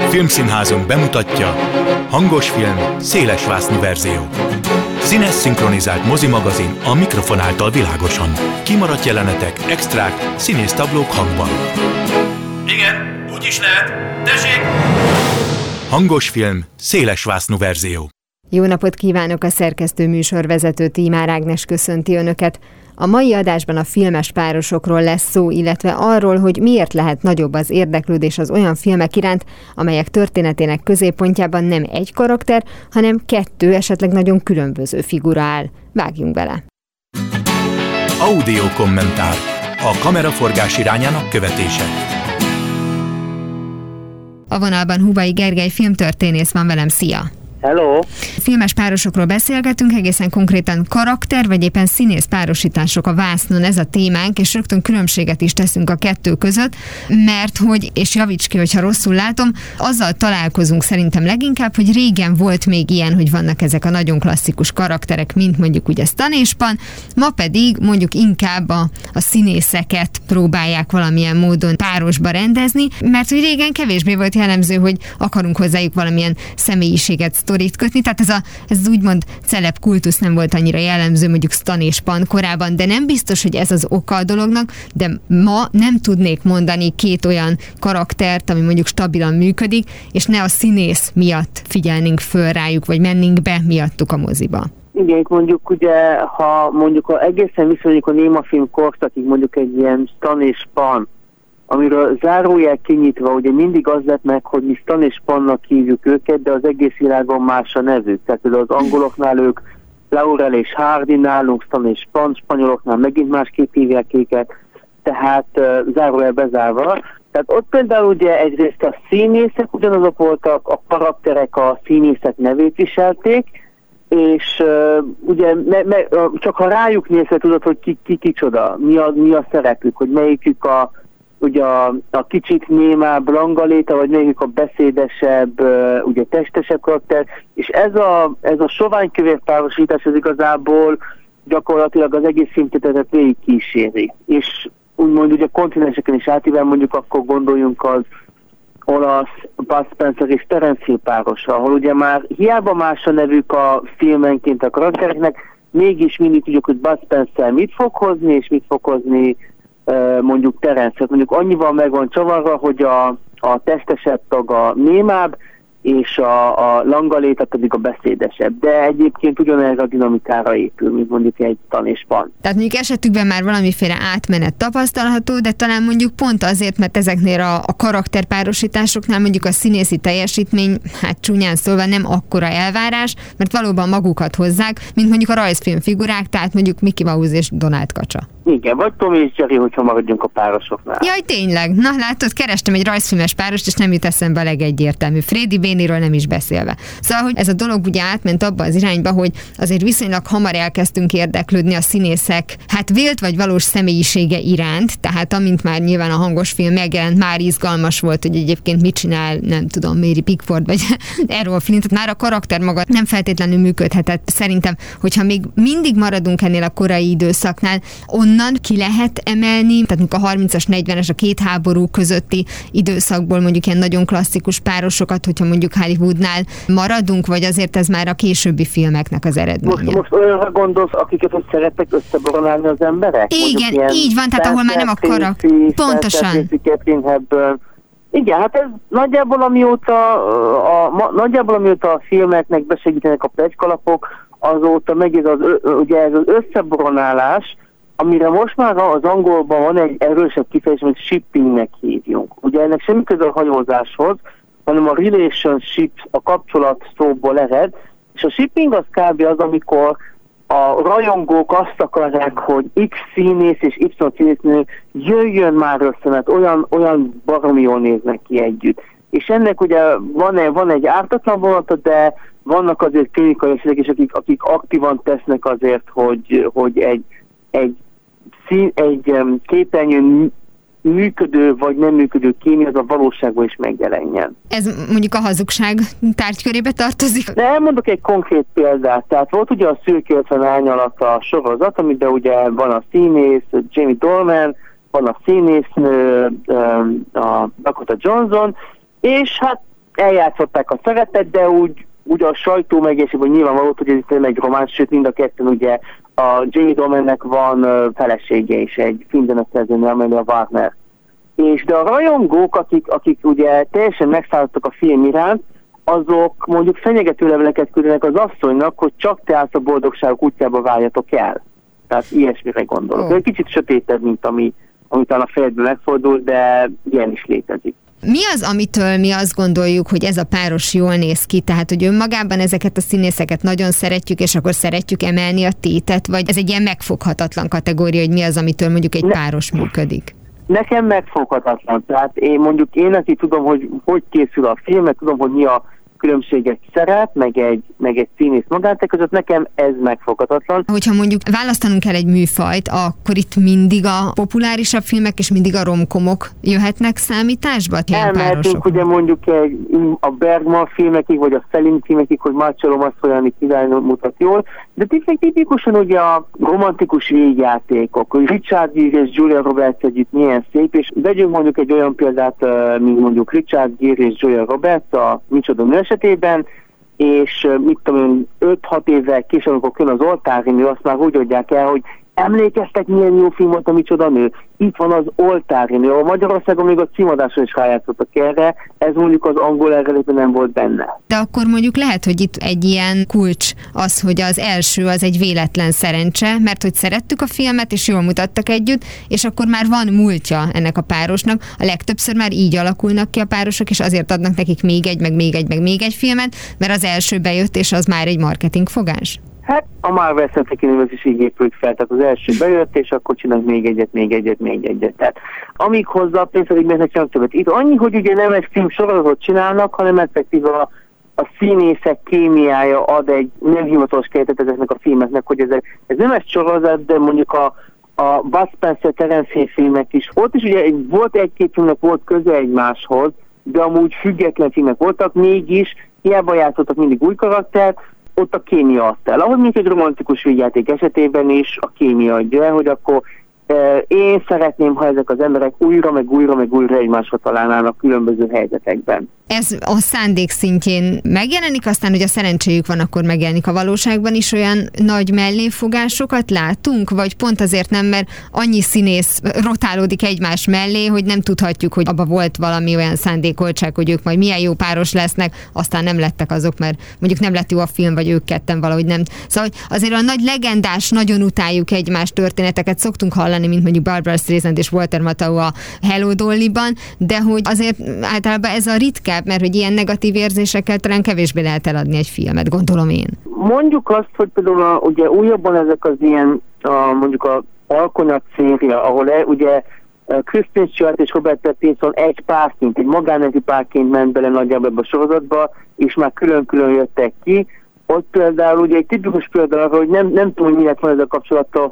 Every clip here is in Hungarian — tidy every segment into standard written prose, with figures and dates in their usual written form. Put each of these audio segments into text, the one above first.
Filmszínházunk bemutatja hangos film, szélesvásznú verzió. Színes szinkronizált mozimagazin a mikrofon által világosan. Kimaradt jelenetek, extrák, színésztáblók hangban. Igen, úgy is lehet. Tessék! Hangos film, szélesvásznú verzió. Jó napot kívánok, a szerkesztő műsorvezető Tímár Ágnes köszönti Önöket. A mai adásban a filmes párosokról lesz szó, illetve arról, hogy miért lehet nagyobb az érdeklődés az olyan filmek iránt, amelyek történetének középpontjában nem egy karakter, hanem kettő, esetleg nagyon különböző figura áll. Vágjunk bele! Audio kommentár. A kameraforgás irányának követése. A vonalban Hubay Gergely filmtörténész van velem, szia! Hello! Filmes párosokról beszélgetünk, egészen konkrétan karakter, vagy éppen színész párosítások a vásznon, ez a témánk, és rögtön különbséget is teszünk a kettő között, mert hogy, és javíts ki, hogyha rosszul látom, azzal találkozunk szerintem leginkább, hogy régen volt még ilyen, hogy vannak ezek a nagyon klasszikus karakterek, mint mondjuk ugye Stan és Pan, ma pedig mondjuk inkább a színészeket próbálják valamilyen módon párosba rendezni, mert hogy régen kevésbé volt jellemző, hogy akarunk hozzájuk valamilyen személyiséget, sztorit kötni, tehát ez úgymond celeb kultusz nem volt annyira jellemző mondjuk Stan és Pan korában, de nem biztos, hogy ez az oka a dolognak, de ma nem tudnék mondani két olyan karaktert, ami mondjuk stabilan működik, és ne a színész miatt figyelnénk föl rájuk, vagy mennénk be miattuk a moziba. Igen, itt mondjuk ugye, ha mondjuk egészen viszonyuljuk a némafilm korszakig, mondjuk egy ilyen Stan és Pan, amiről zárójel kinyitva, ugye mindig az lett meg, hogy mi Stan és Pannak hívjuk őket, de az egész világon más a nevük. Tehát az angoloknál ők Laurel és Hardy, nálunk Stan és Pan, spanyoloknál megint másképp hívják őket, tehát zárójel bezárva. Tehát ott például ugye egyrészt a színészek ugyanazok voltak, a karakterek a színészek nevét viselték, és ugye csak ha rájuk nézve tudod, hogy ki kicsoda, mi a szerepük, hogy melyikük ugye a kicsit némább Langaléta, vagy melyikük a beszédesebb, ugye testesebb karakter, és ez a soványkövér párosítás az igazából gyakorlatilag az egész filmtörténetet végig kíséri. És úgymond ugye kontinenseken is átível mondjuk akkor gondoljunk az olasz Bud Spencer és Terence Hill párosra, ahol ugye már hiába más a nevük a filmenként a karaktereknek, mégis mindig tudjuk, hogy Bud Spencer mit fog hozni, és mit fog hozni mondjuk Terence. Mondjuk annyival meg van csavarva, hogy a testesebb tag a némább, és a Langaléta pedig a beszédesebb. De egyébként ugyanerre a dinamikára épül, mint mondjuk egy Stan és Pan. Tehát mondjuk esetükben már valamiféle átmenet tapasztalható, de talán mondjuk pont azért, mert ezeknél a karakterpárosításoknál mondjuk a színészi teljesítmény, hát csúnyán szólva nem akkora elvárás, mert valóban magukat hozzák, mint mondjuk a rajzfilm figurák, tehát mondjuk Mickey Mouse és Donald Kacsa. Igen, vagy Tom és Jerry, hogyha maradjunk a párosoknál. Jaj, tényleg. Na, látod, kerestem egy rajzfilmes párost, és nem jut eszembe a legegyértelmű. Freddy Béniről nem is beszélve. Szóval, hogy ez a dolog ugye átment abba az irányba, hogy azért viszonylag hamar elkezdtünk érdeklődni a színészek, hát vélt vagy valós személyisége iránt, tehát amint már nyilván a hangos film megjelent, már izgalmas volt, hogy egyébként mit csinál, nem tudom, Mary Pickford vagy Errol Flint, már a karakter maga nem feltétlenül működhetett. Szerintem, hogyha még mindig maradunk ennél a korai időszaknál, onnan ki lehet emelni, tehát a 30-as, 40-es, a két háború közötti időszakból mondjuk ilyen nagyon klasszikus párosokat, hogyha mondjuk Hollywoodnál maradunk, vagy azért ez már a későbbi filmeknek az eredménye? Most olyanra gondolsz, akiket ott szerettek összeborolálni az emberek? Igen, így van, tehát ahol már nem a karakter. Pontosan. Igen, hát ez nagyjából amióta a filmeknek besegítenek a pletykalapok, azóta meg ugye ez az összeboronálás, amire most már az angolban van egy erősebb kifejezés, amit shippingnek hívjunk. Ugye ennek semmi köze a hajózáshoz, hanem a relationship, a kapcsolat szóból ered, és a shipping az kb. Az, amikor a rajongók azt akarják, hogy X színész és Y színésznő jöjjön már össze, mert olyan baromi jól néznek ki együtt. És ennek ugye van egy ártatlan vonata, de vannak azért klinikai esetek is, akik aktívan tesznek azért, hogy egy képernyőn működő vagy nem működő kémia az a valóságban is megjelenjen. Ez mondjuk a hazugság tárgykörébe tartozik? De elmondok egy konkrét példát. Tehát volt ugye a Szürke 50 árnyalat a sorozat, amiben ugye van a színész Jamie Dornan, van a színésznő a Dakota Johnson, és hát eljátszották a szeretet, de úgy a sajtó megérsében nyilvánvaló, hogy ez itt egy románc, sőt mind a ketten ugye a Jamie Dornannek van felesége is, egy filmzeneszerzőnő, Amelia Warner. De a rajongók, akik ugye teljesen megszállottak a film iránt, azok mondjuk fenyegető leveleket küldenek az asszonynak, hogy csak te állsz a boldogságok útjába, váljatok el. Tehát ilyesmire gondolok. Egy kicsit sötétebb, mint ami talán a fejedben megfordul, de ilyen is létezik. Mi az, amitől mi azt gondoljuk, hogy ez a páros jól néz ki? Tehát, hogy önmagában ezeket a színészeket nagyon szeretjük, és akkor szeretjük emelni a tétet, vagy ez egy ilyen megfoghatatlan kategória, hogy mi az, amitől mondjuk egy páros működik? Nekem megfoghatatlan. Tehát én aki tudom, hogy készül a film, mert tudom, hogy mi a különbség egy szeret, meg egy színész magántek között, nekem ez megfoghatatlan. Hogyha mondjuk választanunk kell egy műfajt, akkor itt mindig a populárisabb filmek és mindig a romkomok jöhetnek számításba? Elmehetünk ugye mondjuk a Bergman filmekig, vagy a Szelim filmekig, hogy Marcello Mastroianni kiválóan mutat jól, de tipikusan ugye a romantikus végjátékok, hogy Richard Gere és Julia Roberts együtt milyen szép, és vegyünk mondjuk egy olyan példát, mint mondjuk Richard Gere és Julia Roberts a Micsoda nő esetében, és mit tudom, 5-6 évvel később, amikor jön az Oltári nő, azt már úgy adják el, hogy emlékeztek, milyen jó film volt a Micsoda nő? Itt van az Oltári nő. A Magyarországon még a címadáson is rájátszottak erre, ez mondjuk az angol eredetben nem volt benne. De akkor mondjuk lehet, hogy itt egy ilyen kulcs az, hogy az első az egy véletlen szerencse, mert hogy szerettük a filmet, és jól mutattak együtt, és akkor már van múltja ennek a párosnak. A legtöbbször már így alakulnak ki a párosok, és azért adnak nekik még egy filmet, mert az első bejött, és az már egy marketingfogás. Hát a Marvel Cinematic Universe is így épült fel, tehát az első bejött, és akkor csinálunk még egyet. Tehát amíg hozzá a pénzt, addig meg csinálnak többet. Itt annyi, hogy ugye nem egy film sorozatot csinálnak, hanem effektív a színészek kémiája ad egy nem hivatalos keretet ezeknek a filmeknek, hogy ez nem egy sorozat, de mondjuk a Bud Spencer Terence Hill filmek is. Ott is ugye volt egy-két filmnek volt köze egymáshoz, de amúgy független filmek voltak, mégis hiába játszottak mindig új karaktert, ott a kémia adta el. Ahogy mint egy romantikus vígjáték esetében is a kémia adja el, hogy akkor én szeretném, ha ezek az emberek újra egymásra találnának különböző helyzetekben. Ez a szándék szintjén megjelenik, aztán, hogy a szerencséjük van, akkor megjelenik a valóságban is, olyan nagy melléfogásokat látunk, vagy pont azért nem, mert annyi színész rotálódik egymás mellé, hogy nem tudhatjuk, hogy abba volt valami olyan szándékoltság, hogy ők majd milyen jó páros lesznek, aztán nem lettek azok, mert mondjuk nem lett jó a film, vagy ők ketten valahogy nem. Szóval azért a nagy legendás, nagyon utáljuk egymás történeteket szoktunk hallani, mint mondjuk Barbara Streisand és Walter Matthau a Hello Dolly-ban, de hogy azért általában ez a ritkább, mert hogy ilyen negatív érzésekkel talán kevésbé lehet eladni egy filmet, gondolom én. Mondjuk azt, hogy például ugye újabban ezek az ilyen, mondjuk a Alkonyat széria, ahol ugye Kristen Stewart és Robert Pattinson egy párként, egy magáneti párként ment bele nagyjából ebbe a sorozatba, és már külön-külön jöttek ki. Ott például ugye egy tipikus példa arra, hogy nem tudom, hogy mi lett van ez a kapcsolattal,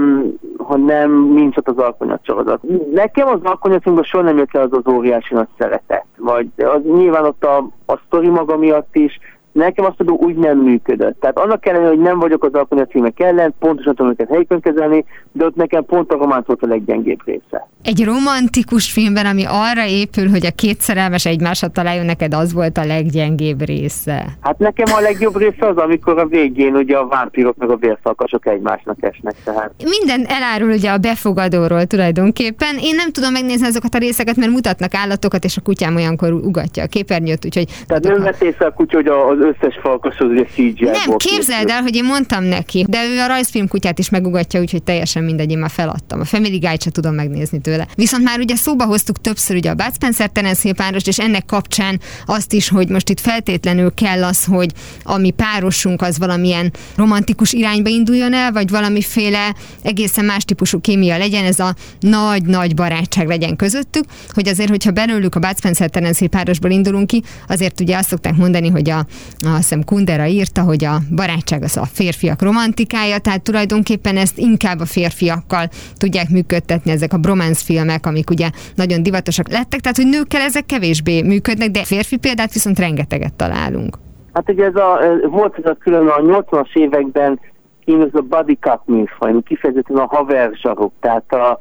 hanem nincs ott az Alkonyat sorozat. Nekem az Alkonyat filmben soha nem jött le az óriási nagy szeretet. Vagy az nyilván ott a sztori maga miatt is, nekem azt tudom, úgy nem működött. Tehát annak ellenére, hogy nem vagyok az Alkonyat filmek ellen, pontosan tudom őket helyükön kezelni, de ott nekem pont a románc volt a leggyengébb része. Egy romantikus filmben, ami arra épül, hogy a két szerelmes egymásra találjon, neked az volt a leggyengébb része? Hát nekem a legjobb része az, amikor a végén ugye a vámpírok meg a vérszalkasok egymásnak esnek. Tehát. Minden elárul ugye a befogadóról tulajdonképpen. Én nem tudom megnézni azokat a részeket, mert mutatnak állatokat, és a kutyám olyankor ugatja a képernyőt, úgyhogy... Tehát nem vett észre a kutya, hogy az összes falkas az ugye CGI volt. Nem, képzeld el, hogy én mondtam neki, de ő a rajzfilm kutyát is megugatja, úgyhogy teljesen mindegy, én már feladtam. A Family Guide-t sem tudom megnézni tőle. Viszont már ugye szóba hoztuk többször ugye a Bud Spencer Terence Hill párost, és ennek kapcsán azt is, hogy most itt feltétlenül kell az, hogy a mi párosunk az valamilyen romantikus irányba induljon el, vagy valamiféle egészen más típusú kémia legyen, ez a nagy-nagy barátság legyen közöttük, hogy azért, hogyha belőlük a Bud Spencer Terence Hill párosból indulunk ki, azért ugye azt szokták mondani, hogy azt hiszem Kundera írta, hogy a barátság az a férfiak romantikája, tehát tulajdonképpen ezt inkább a férfiakkal tudják működtetni ezek a bromance filmek, amik ugye nagyon divatosak lettek, tehát hogy nőkkel ezek kevésbé működnek, de férfi példát viszont rengeteget találunk. Hát ugye volt ez a külön a 80-as években ez a body cup műfaj, kifejezetten a haverzsarok, tehát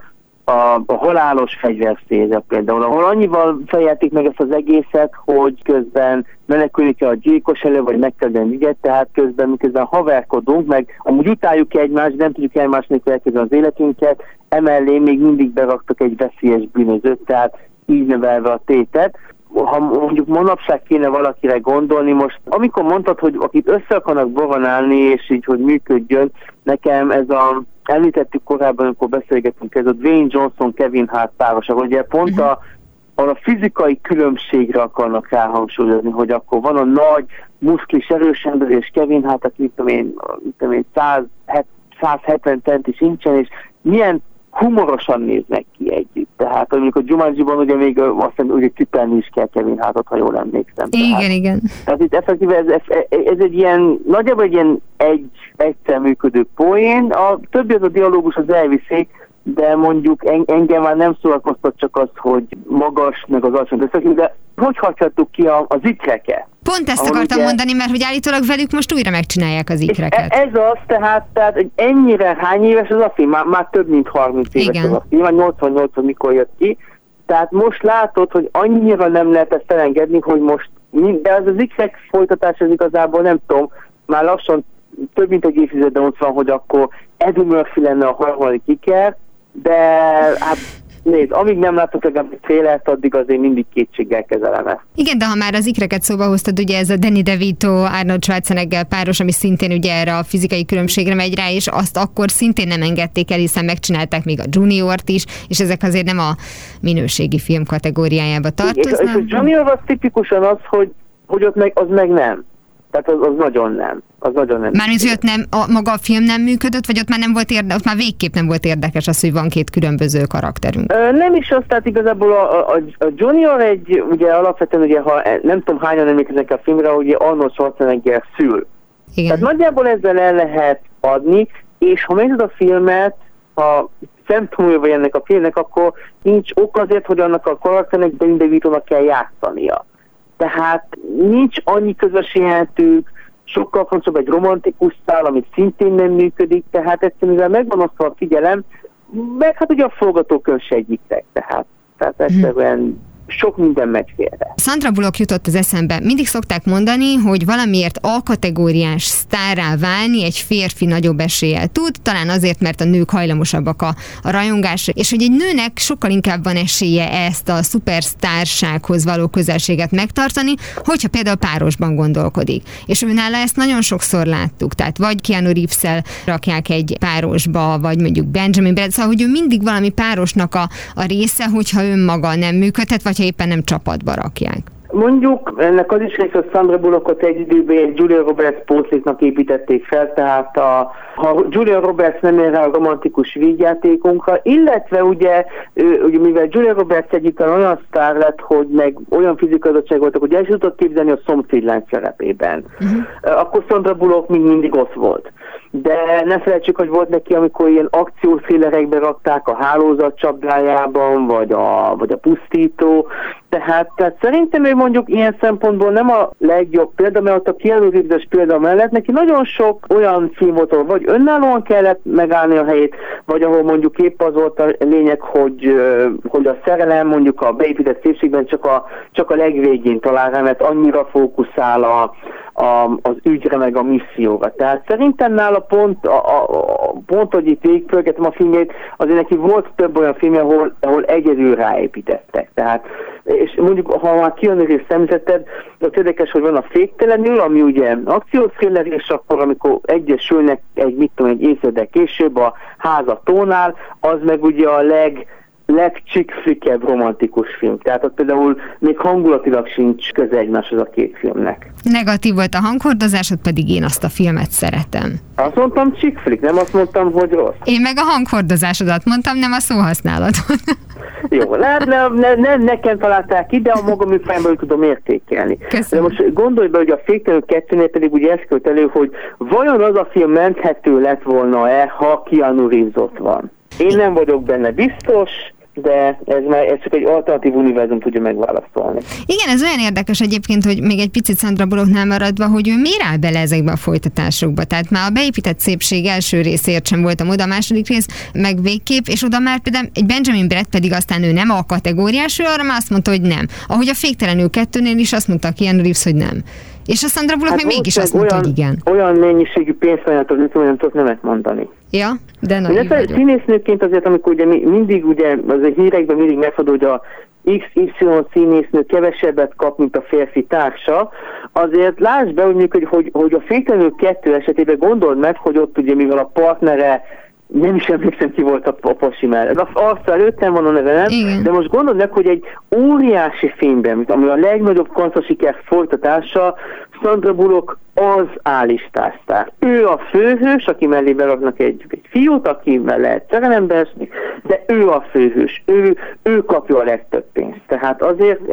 a halálos fegyverszéze például, ahol annyival fejelték meg ezt az egészet, hogy közben menekülni kell a gyilkos elő, vagy meg kell venni ügyet, tehát miközben haverkodunk, meg amúgy utáljuk egymást, nem tudjuk egymásnak elkezdeni az életünket, emellé még mindig beraktak egy veszélyes bűnözőt, tehát így növelve a tétet. Ha mondjuk manapság kéne valakire gondolni, most amikor mondtad, hogy akit össze akarnak boronálni, és így, hogy működjön, nekem ez említettük korábban, amikor beszélgettünk, ez a Dwayne Johnson, Kevin Hart páros, ugye pont a fizikai különbségre akarnak ráhangsúlyozni, hogy akkor van a nagy, muszklis, erős ember, és Kevin Hart, aki 170 centis incsen, és milyen humorosan néznek ki együtt. Tehát mondjuk a Jumanjiban ugye még azt hiszem, ugye cipelni is kell Kevin Hartot, ha jól emlékszem. Igen. Tehát itt effektíve ez egy ilyen, nagyjából egy ilyen egyszer működő poén. A többi az a dialógus az elviszik, de mondjuk engem már nem szórakoztat csak az, hogy magas, meg az alacsony, de hogy hagyhattuk ki az ikreket? Pont ezt akartam mondani, mert hogy állítólag velük most újra megcsinálják az ikreket. Ez az, tehát ennyire hány éves az a film? Már több mint 30 éves az a film, már 88 mikor jött ki. Tehát most látod, hogy annyira nem lehet ezt elengedni, hogy most, de az ikrek folytatás ez igazából nem tudom, már lassan több mint egy évtizedben ott van, hogy akkor Eddie Murphy lenne a harmadik iker, de hát nézd, amíg nem látok legalább egy trélert, addig azért mindig kétséggel kezelem ezt. Igen, de ha már az ikreket szóba hoztad, ugye ez a Danny DeVito, Arnold Schwarzenegger páros, ami szintén ugye erre a fizikai különbségre megy rá, és azt akkor szintén nem engedték el, hiszen megcsinálták még a Juniort is, és ezek azért nem a minőségi film kategóriájába tartoznak. És a Junior az tipikusan az, hogy ott az meg nem. Tehát az nagyon nem. Mármint, hogy ott maga a film nem működött, vagy ott már nem volt ott már végképp nem volt érdekes az, hogy van két különböző karakterünk? Nem is az, tehát igazából a Junior ugye alapvetően, ugye, ha nem tudom hányan emlékeznek a filmre, ugye Arnold Schwarzenegger szül. Igen. Tehát nagyjából ezzel el lehet adni, és ha megnézed a filmet, ha szemtanúja vagy ennek a filmnek, akkor nincs ok azért, hogy annak a karakternek Danny DeVito-nak kell játszania. Tehát nincs annyi közös jelentők, sokkal fontosabb egy romantikus szál, amit szintén nem működik, tehát egyszerűen mivel megvan azt a figyelem, meg hát ugye a forgatókönyv segítek, tehát egyszerűen sok minden megy félre. Sandra Bullock jutott az eszembe. Mindig szokták mondani, hogy valamiért A-kategóriás sztárrá válni egy férfi nagyobb eséllyel tud, talán azért, mert a nők hajlamosabbak a rajongásra, és hogy egy nőnek sokkal inkább van esélye ezt a szupersztársághoz való közelséget megtartani, hogyha például párosban gondolkodik. És őnála ezt nagyon sokszor láttuk, tehát vagy Keanu Reeves-szel rakják egy párosba, vagy mondjuk Benjamin Bratt, szóval, hogy ő mindig valami párosnak a része, hogyha önmaga nem működhet, vagy ha éppen nem csapatba rakják. Mondjuk ennek az is rész, hogy Sandra Bullockot egy időben egy Julia Roberts pótléknak építették fel, tehát ha Julia Roberts nem ér rá a romantikus vígjátékunkra, illetve ugye mivel Julia Roberts egyik olyan sztár lett, hogy meg olyan fizikai adottság voltak, hogy el is tudott képzelni a szomszédlány szerepében. Akkor Sandra Bullock még mindig ott volt. De ne felejtsük, hogy volt neki, amikor ilyen akciószélerekbe rakták a Hálózat csapdájában, vagy a Pusztító. Tehát szerintem ő mondjuk ilyen szempontból nem a legjobb példa, mert ott a Keanu Reeves-es példa mellett neki nagyon sok olyan film volt, ahol vagy önállóan kellett megállni a helyét, vagy ahol mondjuk épp az volt a lényeg, hogy a szerelem mondjuk a beépített szépségben csak a legvégén talál rá, mert annyira fókuszál az ügyre meg a misszióra. Tehát szerintem nála pont, hogy itt végigpörgetem a filmjét, azért neki volt több olyan filmje, ahol egyedül ráépítettek. Tehát, és mondjuk, ha már Keanu Reeves szemzetted, az érdekes, hogy van a Féktelenül, ami ugye akcióthriller, és akkor, amikor egyesülnek egy évtizedek később a Házatónál, az meg ugye a legchick-flickebb romantikus film. Tehát ott például még hangulatilag sincs köze egymáshoz a két filmnek. Negatív volt a hanghordozásod, pedig én azt a filmet szeretem. Azt mondtam chick flick, nem azt mondtam, hogy rossz. Én meg a hanghordozásodat mondtam, nem a szóhasználatot. Jó, nekem találták ki, de a magam műfajban tudom értékelni. Köszönöm. De most gondolj be, hogy a Féktelenül 2-nél pedig ugye ezt költ elő, hogy vajon az a film menthető lett volna-e, ha Keanu Reeves ott van. Én nem vagyok benne biztos, de ez csak egy alternatív univerzum tudja megválaszolni. Igen, ez olyan érdekes egyébként, hogy még egy picit Sandra Bullocknál maradva, hogy ő miért áll bele ezekbe a folytatásokba. Tehát már a beépített szépség első részért sem voltam oda, a második rész meg végképp, és oda már például egy Benjamin Bratt pedig aztán ő nem a kategóriás, ő arra már azt mondta, hogy nem. Ahogy a Féktelenül 2-nél is azt mondta Keanu Reeves, hogy nem. És a Sandra Bullock meg mégis azt mondta, hogy igen. Olyan mennyiségű pénzfajnátot nem tudok nemet mondani. Ja, de nagy vagyok. Színésznőként azért, amikor ugye mindig ugye az a hírekben mindig megfordul, hogy a XY színésznő kevesebbet kap, mint a férfi társa, azért lásd be, hogy a Féktelenül 2 esetében gondold meg, hogy ott ugye mivel a partnere nem is emlékszem, ki volt a pasi mellett. Az arca előttem van a neve, nem? Igen. De most gondold meg, hogy egy óriási filmben, ami a legnagyobb kancasiker folytatása, Sandra Bullock az állistázták. Ő a főhős, aki mellé beraknak egy fiút, akivel lehet szerelembe esni, de ő a főhős. Ő kapja a legtöbb pénzt. Tehát azért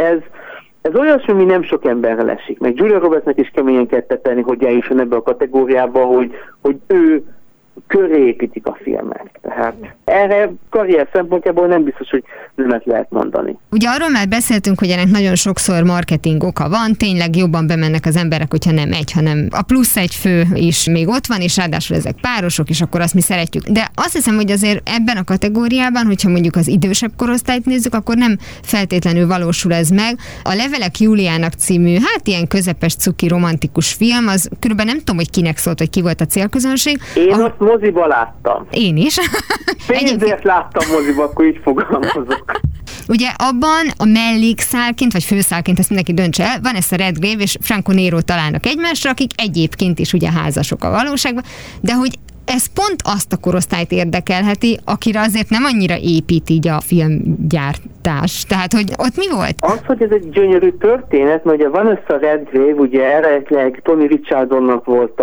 ez olyasmi, ami nem sok emberre esik. Meg Julia Robertsnek is keményen kell tenni, hogy eljusson ebbe a kategóriába, hogy ő köré építik a filmet. Tehát erre karrier szempontjából nem biztos, hogy nemet lehet mondani. Ugye arról már beszéltünk, hogy ennek nagyon sokszor marketing oka van, tényleg jobban bemennek az emberek, hogyha nem egy, hanem a plusz egy fő is még ott van, és ráadásul ezek párosok, és akkor azt mi szeretjük. De azt hiszem, hogy azért ebben a kategóriában, hogyha mondjuk az idősebb korosztályt nézzük, akkor nem feltétlenül valósul ez meg. A Levelek Júliának című, hát ilyen közepes cuki romantikus film, az körülbelül nem tudom, hogy kinek szólt, hogy ki volt a célközönség. Azt moziba láttam. Én is. Pénzért láttam moziba, akkor így fogalmazok. Ugye abban a mellékszálként, vagy főszálként, ezt mindenki döntse el, Vanessa Redgrave és Franco Nero találnak egymásra, akik egyébként is ugye házasok a valóságban, de hogy ez pont azt a korosztályt érdekelheti, akire azért nem annyira épít így a filmgyártás. Tehát, hogy ott mi volt? Az, hogy ez egy gyönyörű történet, mert ugye Vanessa Redgrave, ugye eredetileg Tony Richardsonnak volt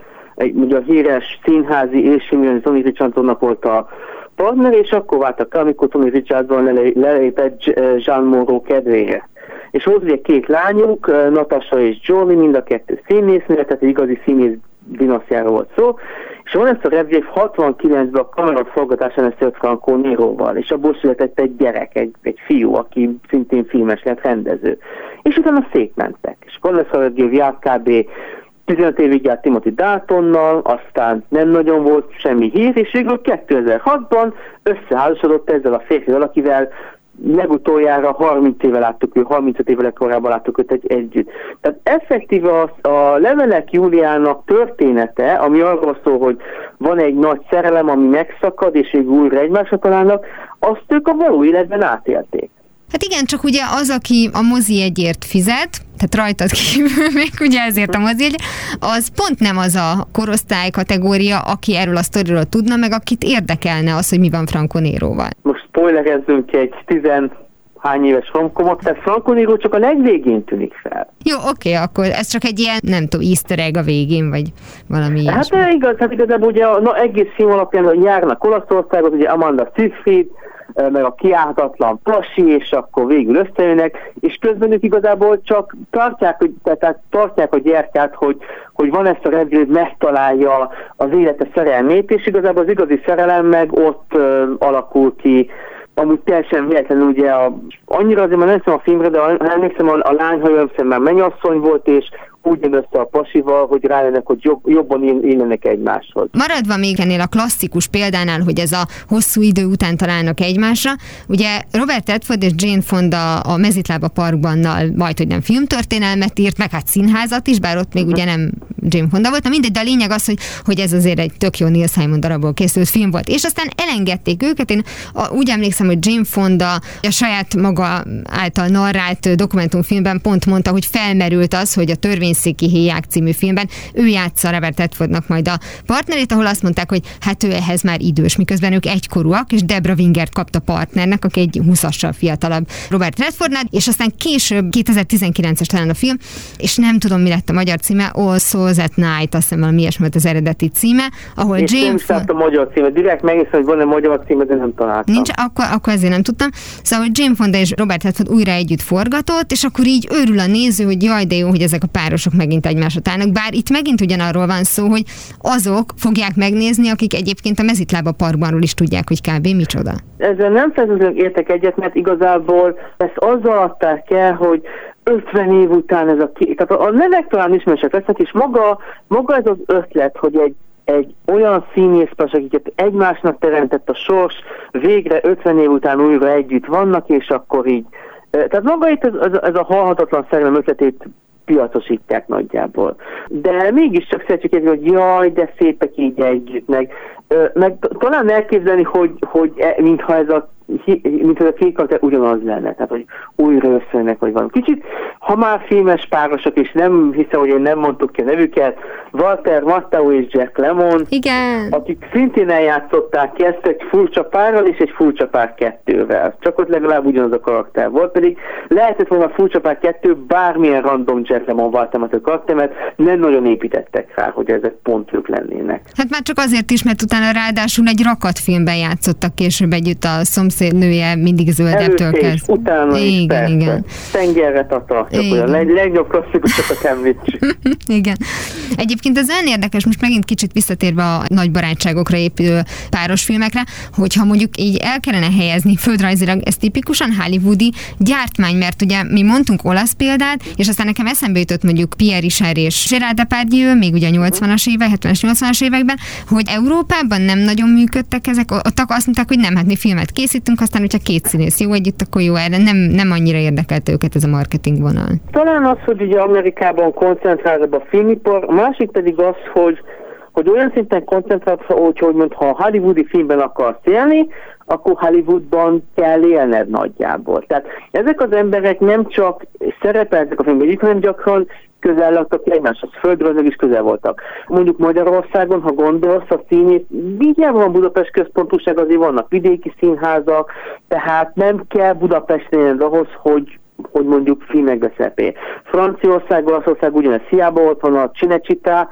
ugye a híres színházi és Tony Richardsonnak volt a partner, és akkor váltak el, amikor Tony Richardson lelépett Jean Moreau kedvére. És volt ugye 2 lányuk, Natasha és Jolie, mind a 2 színésznő, tehát egy igazi színész dinasztiáról volt szó, és van ezt a Redgrave 69-ben a kameraforgatásán ezt Franco Neroval, és abból született egy gyerek, egy fiú, aki szintén filmes lett, rendező. És utána szétmentek. És Vanessa Redgrave járt kb. 15 évig járt Timothy Daltonnal, aztán nem nagyon volt semmi hír, és végül 2006-ban összeházasodott ezzel a férfivel, akivel legutoljára 35 évvel korábban láttuk őt együtt. Tehát effektíve a Levelek Júliának története, ami arról szól, hogy van egy nagy szerelem, ami megszakad, és végül újra egymásra találnak, azt ők a való életben átélték. Hát igen, csak ugye az, aki a mozijegyért fizet, tehát rajtad kívül még ugye ezért a mozijegy, az pont nem az a korosztály kategória, aki erről a sztoriról tudna, meg akit érdekelne az, hogy mi van Franco Neroval. Most spoilerezzünk ki egy 10-hány éves romkomot, tehát Franco Nero csak a legvégén tűnik fel. Jó, oké, akkor ez csak egy ilyen, nem tudom, easter egg a végén, vagy valami ilyesmi. Hát igazából ugye egész film alapján járnak Olaszországot, ugye Amanda Seyfried, meg a kiállhatatlan pasi, és akkor végül összejönnek, és közben ők igazából csak tartják a gyertyát, hogy van ezt a Redgrave, megtalálja az élete szerelmét, és igazából az igazi szerelem meg ott alakul ki, amúgy teljesen véletlenül ugye annyira azért már nem hiszem a filmre, de emlékszem a lány, ha jön már mennyasszony volt, és úgy jön össze a pasival, hogy rájönnek, hogy jobban illenek egymáshoz. Maradva még ennél a klasszikus példánál, hogy ez a hosszú idő után találnak egymásra, ugye Robert Redford és Jane Fonda a Mezitlába Parkban majdhogy nem filmtörténelmet írt, meg hát színházat is, bár ott még ugye nem Jane Fonda volt, mindegy, de a lényeg az, hogy ez azért egy tök jó Neil Simon darabból készült film volt. És aztán elengedték őket, én úgy emlékszem, hogy Jane Fonda a saját maga által narrált dokumentumfilmben pont mondta, hogy felmerült az, hogy a Törvényszéki héják című filmben ő játsza Robert Redfordnak majd a partnerét, ahol azt mondták, hogy hát ő ehhez már idős, miközben ők egykorúak, és Debra Wingert kapta partnernek, aki egy 20-assal fiatalabb Robert Redfordnál, és aztán később 2019-es talán a film, és nem tudom, mi lett a magyar címe, All Souls Closet Night, azt hiszem valami ilyesmi az eredeti címe, ahol és Jane nem is láttam a magyar címet, direkt megnéztem, hogy van-e magyar címe, de nem találtam. Nincs, akkor ezért nem tudtam. Szóval, hogy Jane Fonda és Robert Redford újra együtt forgatott, és akkor így örül a néző, hogy jaj, de jó, hogy ezek a párosok megint egymásra állnak. Bár itt megint ugyanarról van szó, hogy azok fogják megnézni, akik egyébként a Mezitlába Parkbanról is tudják, hogy kb. Micsoda. Ezzel nem feltétlenül értek egyet, mert igazából ezt azzal adták el, hogy 50 év után ez a tehát a nevek talán ismerősek lesznek, és maga ez az ötlet, hogy egy olyan színészpárs, akiket egymásnak teremtett a sors, végre 50 év után újra együtt vannak, és akkor így. Tehát maga itt ez a halhatatlan szerelem ötletét piacosítják nagyjából. De mégiscsak szeretjük érni, hogy jaj, de szépek így együtt, meg talán elképzelni, hogy mintha ez a két karakter ugyanaz lenne, tehát hogy újra összejönnek, vagy van. Kicsit, ha már filmes párosok, és nem hiszem, hogy én nem mondtuk ki a nevüket, Walter Matthau és Jack Lemmon, igen, akik szintén eljátszották ki ezt egy furcsa párral és egy furcsa pár kettővel. Csak ott legalább ugyanaz a karakter volt, pedig lehetett volna a furcsa pár kettő bármilyen random Jack Lemmon Walter Matthau karakter, mert nem nagyon építettek rá, hogy ezek pont ők lennének. Hát már csak azért is, mert utána ráadásul egy rakatfilmben játszottak később együtt, a szomszédnője mindig zöldebbtől kezd. Utána is, persze. Igen. Tengerre tata, csak olyan legnagyobb klasszikusokat említsük. Igen. Egyébként ez olyan érdekes, most megint kicsit visszatérve a nagy barátságokra épülő páros filmekre, hogyha mondjuk így el kellene helyezni földrajzilag, ez tipikusan hollywoodi gyártmány, mert ugye mi mondtunk olasz példát, és aztán nekem eszembe jutott mondjuk Pierre Richard és Gérard Depardieu, még ugye a 80-as évek, 70-es, 80-as években, hogy Európában nem nagyon működtek ezek, ott azt mondták, hogy nem, hát mi filmet készítünk, aztán hogyha két színész jó együtt, akkor jó, erre nem annyira érdekelt őket ez a marketing vonal. Talán az, hogy ugye Amerikában koncentráltabb a filmipar, a másik pedig az, hogy olyan szinten koncentrált, hogy ha a hollywoodi filmben akarsz élni, akkor Hollywoodban kell élned nagyjából. Tehát ezek az emberek nem csak szerepeltek a filmben, hanem gyakran közel laktak egymáshoz, földről is közel voltak. Mondjuk Magyarországon, ha gondolsz, a színész, mindjárt van Budapest központúság, azért vannak vidéki színházak, tehát nem kell Budapesten ahhoz, hogy mondjuk filmekbe szerepelj. Franciaország, Olaszország ugyanez, hiába ott van a Cinecittà,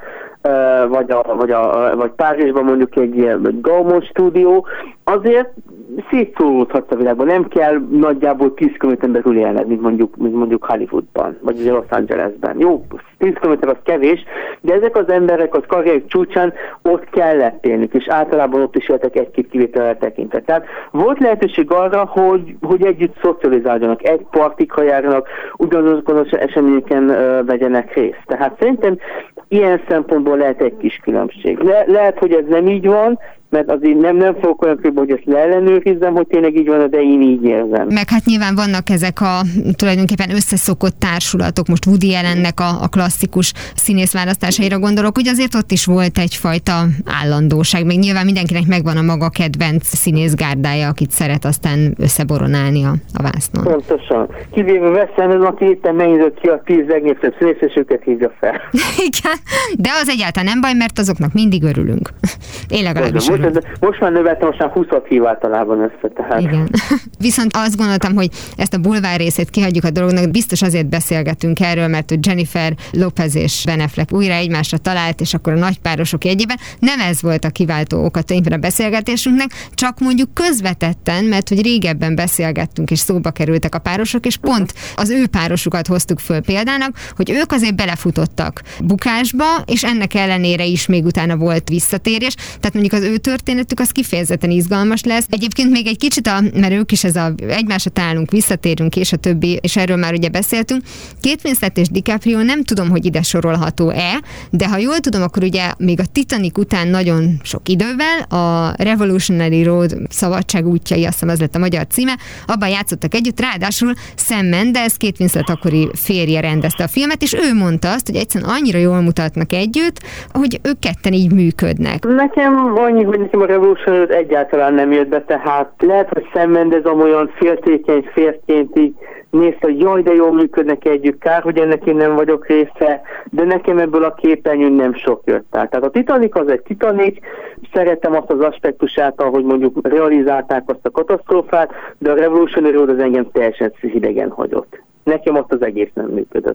vagy Párizsban mondjuk egy ilyen Gaumont stúdió, azért szétszóródhatsz a világban, nem kell nagyjából 10 km belül élned, mint mondjuk Hollywoodban, vagy ugye Los Angelesben. Jó, 10 km az kevés, de ezek az emberek az karrierük csúcsán ott kellett élnünk, és általában ott is éltek egy-két kivételre tekintve. Tehát volt lehetőség arra, hogy együtt szocializáljanak, egy partikra járjanak, ugyanazokon az eseményeken vegyenek részt. Tehát szerintem ilyen szempontból lehet egy kis különbség. Lehet, hogy ez nem így van, mert azért nem fogok olyan körülbelül, hogy ezt leellenőrizzem, hogy tényleg így van, de én így érzem. Meg hát nyilván vannak ezek a tulajdonképpen összeszokott társulatok, most Woody Allennek a klasszikus színészválasztásaira gondolok, hogy azért ott is volt egyfajta állandóság, meg nyilván mindenkinek megvan a maga kedvenc színészgárdája, akit szeret aztán összeboronálni a vásznon. Pontosan. Kivéve Wes Anderson, aki éppen megnyitott ki a 10 legnépszerűbb színész, és őket hívja fel. Igen, de az egyáltalán nem baj, mert azoknak mindig örülünk. Én legalábbis most már növeltem, most már 20-at hív általában össze, tehát. Igen. Viszont azt gondoltam, hogy ezt a bulvár részét kihagyjuk a dolognak, biztos azért beszélgetünk erről, mert hogy Jennifer Lopez és Ben Affleck újra egymásra talált, és akkor a nagypárosok jegyében nem ez volt a kiváltó oka a beszélgetésünknek, csak mondjuk közvetetten, mert hogy régebben beszélgettünk, és szóba kerültek a párosok, és pont az ő párosukat hoztuk föl példának, hogy ők azért belefutottak bukásba, és ennek ellenére is még utána volt visszatérés. Tehát mondjuk az ő történetük az kifejezetten izgalmas lesz. Egyébként még egy kicsit, mert ők is egymásra találunk, visszatérünk, és a többi, és erről már ugye beszéltünk. Kate Winslet és DiCaprio nem tudom, hogy ide sorolható-e, de ha jól tudom, akkor ugye még a Titanic után nagyon sok idővel a Revolutionary Road szabadság útjai, azt hiszem az lett a magyar címe, abban játszottak együtt, ráadásul Sam Mendes, Kate Winslet akkori férje rendezte a filmet, és ő mondta azt, hogy egyszerűen annyira jól mutatnak együtt, hogy ők ketten így működnek. Nekem annyi, hogy nekem a Revolution egyáltalán nem jött be, tehát lehet, hogy Sam Mendes olyan féltékeny férként így nézte, hogy jaj, de jól működnek együtt, kár, hogy ennek én nem vagyok része, de nekem ebből a képernyőn nem sok jött el. Tehát a Titanic az egy Titanic, szerettem azt az aspektusát, ahogy mondjuk realizálták azt a katasztrófát, de a Revolutionary Road az engem teljesen hidegen hagyott. Nekem ott az egész nem működött.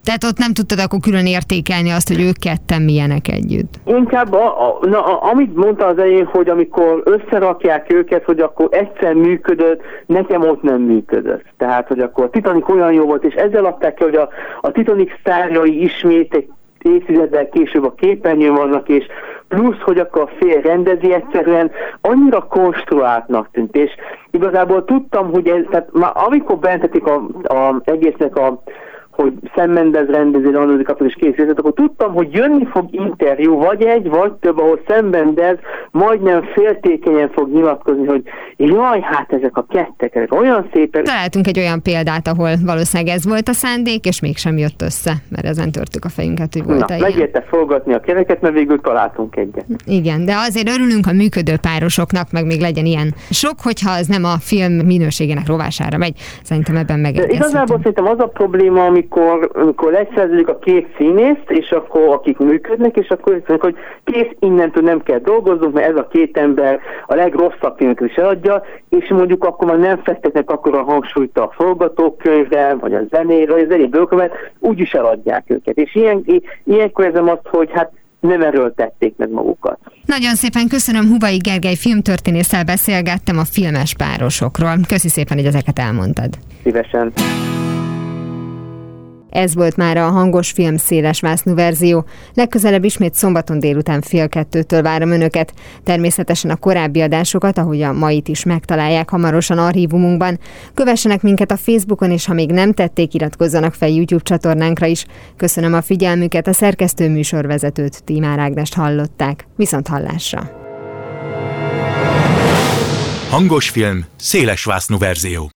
Tehát ott nem tudtad akkor külön értékelni azt, hogy ők ketten milyenek együtt? Inkább, amit mondta az elején, hogy amikor összerakják őket, hogy akkor egyszer működött, nekem ott nem működött. Tehát, hogy akkor a Titanic olyan jó volt, és ezzel adták ki, hogy a Titanic sztárjai ismét egy évtizeddel később a képernyőn vannak, és plusz, hogy akkor a fél rendezi, egyszerűen annyira konstruáltnak tűnt, és igazából tudtam, hogy ez, tehát már amikor bentetik egésznek hogy Sam Mendes rendezi, Leonardo DiCaprio is készített, akkor tudtam, hogy jönni fog interjú, vagy egy, vagy több, ahol Sam Mendes majdnem féltékenyen fog nyilatkozni, hogy jaj, hát ezek a kettek, ezek olyan szépen. Találtunk egy olyan példát, ahol valószínűleg ez volt a szándék, és mégsem jött össze, mert ezen törtük a fejünket, hogy volt ilyen. Megérte forgatni a kereket, mert végül találtunk egyet. Igen, de azért örülünk a működő párosoknak, meg még legyen ilyen sok, hogyha az nem a film minőségének rovására megy. Szerintem ebben megegyezhetünk. Igazából szerintem az a probléma, amikor leszerződik a két színészt, és akkor akik működnek, és akkor mondjuk, hogy kész, innentől nem kell dolgoznunk, mert ez a két ember a legrosszabb filmeket is eladja, és mondjuk akkor már nem fektetnek akkor a hangsúlyt a forgatókönyvre, vagy a zenére, vagy az egyéb mert úgyis eladják őket. És ilyenkor érzem azt, hogy hát nem erőltették meg magukat. Nagyon szépen köszönöm, Hubay Gergely filmtörténésszel beszélgettem a filmes párosokról. Köszi szépen, hogy ezeket elmondtad. Szívesen. Ez volt már a Hangos Film szélesvásznú verzió. Legközelebb ismét szombaton délután 1:30-től várom Önöket. Természetesen a korábbi adásokat, ahogy a mait is megtalálják hamarosan archívumunkban. Kövessenek minket a Facebookon, és ha még nem tették, iratkozzanak fel YouTube csatornánkra is. Köszönöm a figyelmüket, a szerkesztő műsorvezetőt, Tímár Ágnest hallották. Viszonthallásra! Hangos Film szélesvásznú verzió.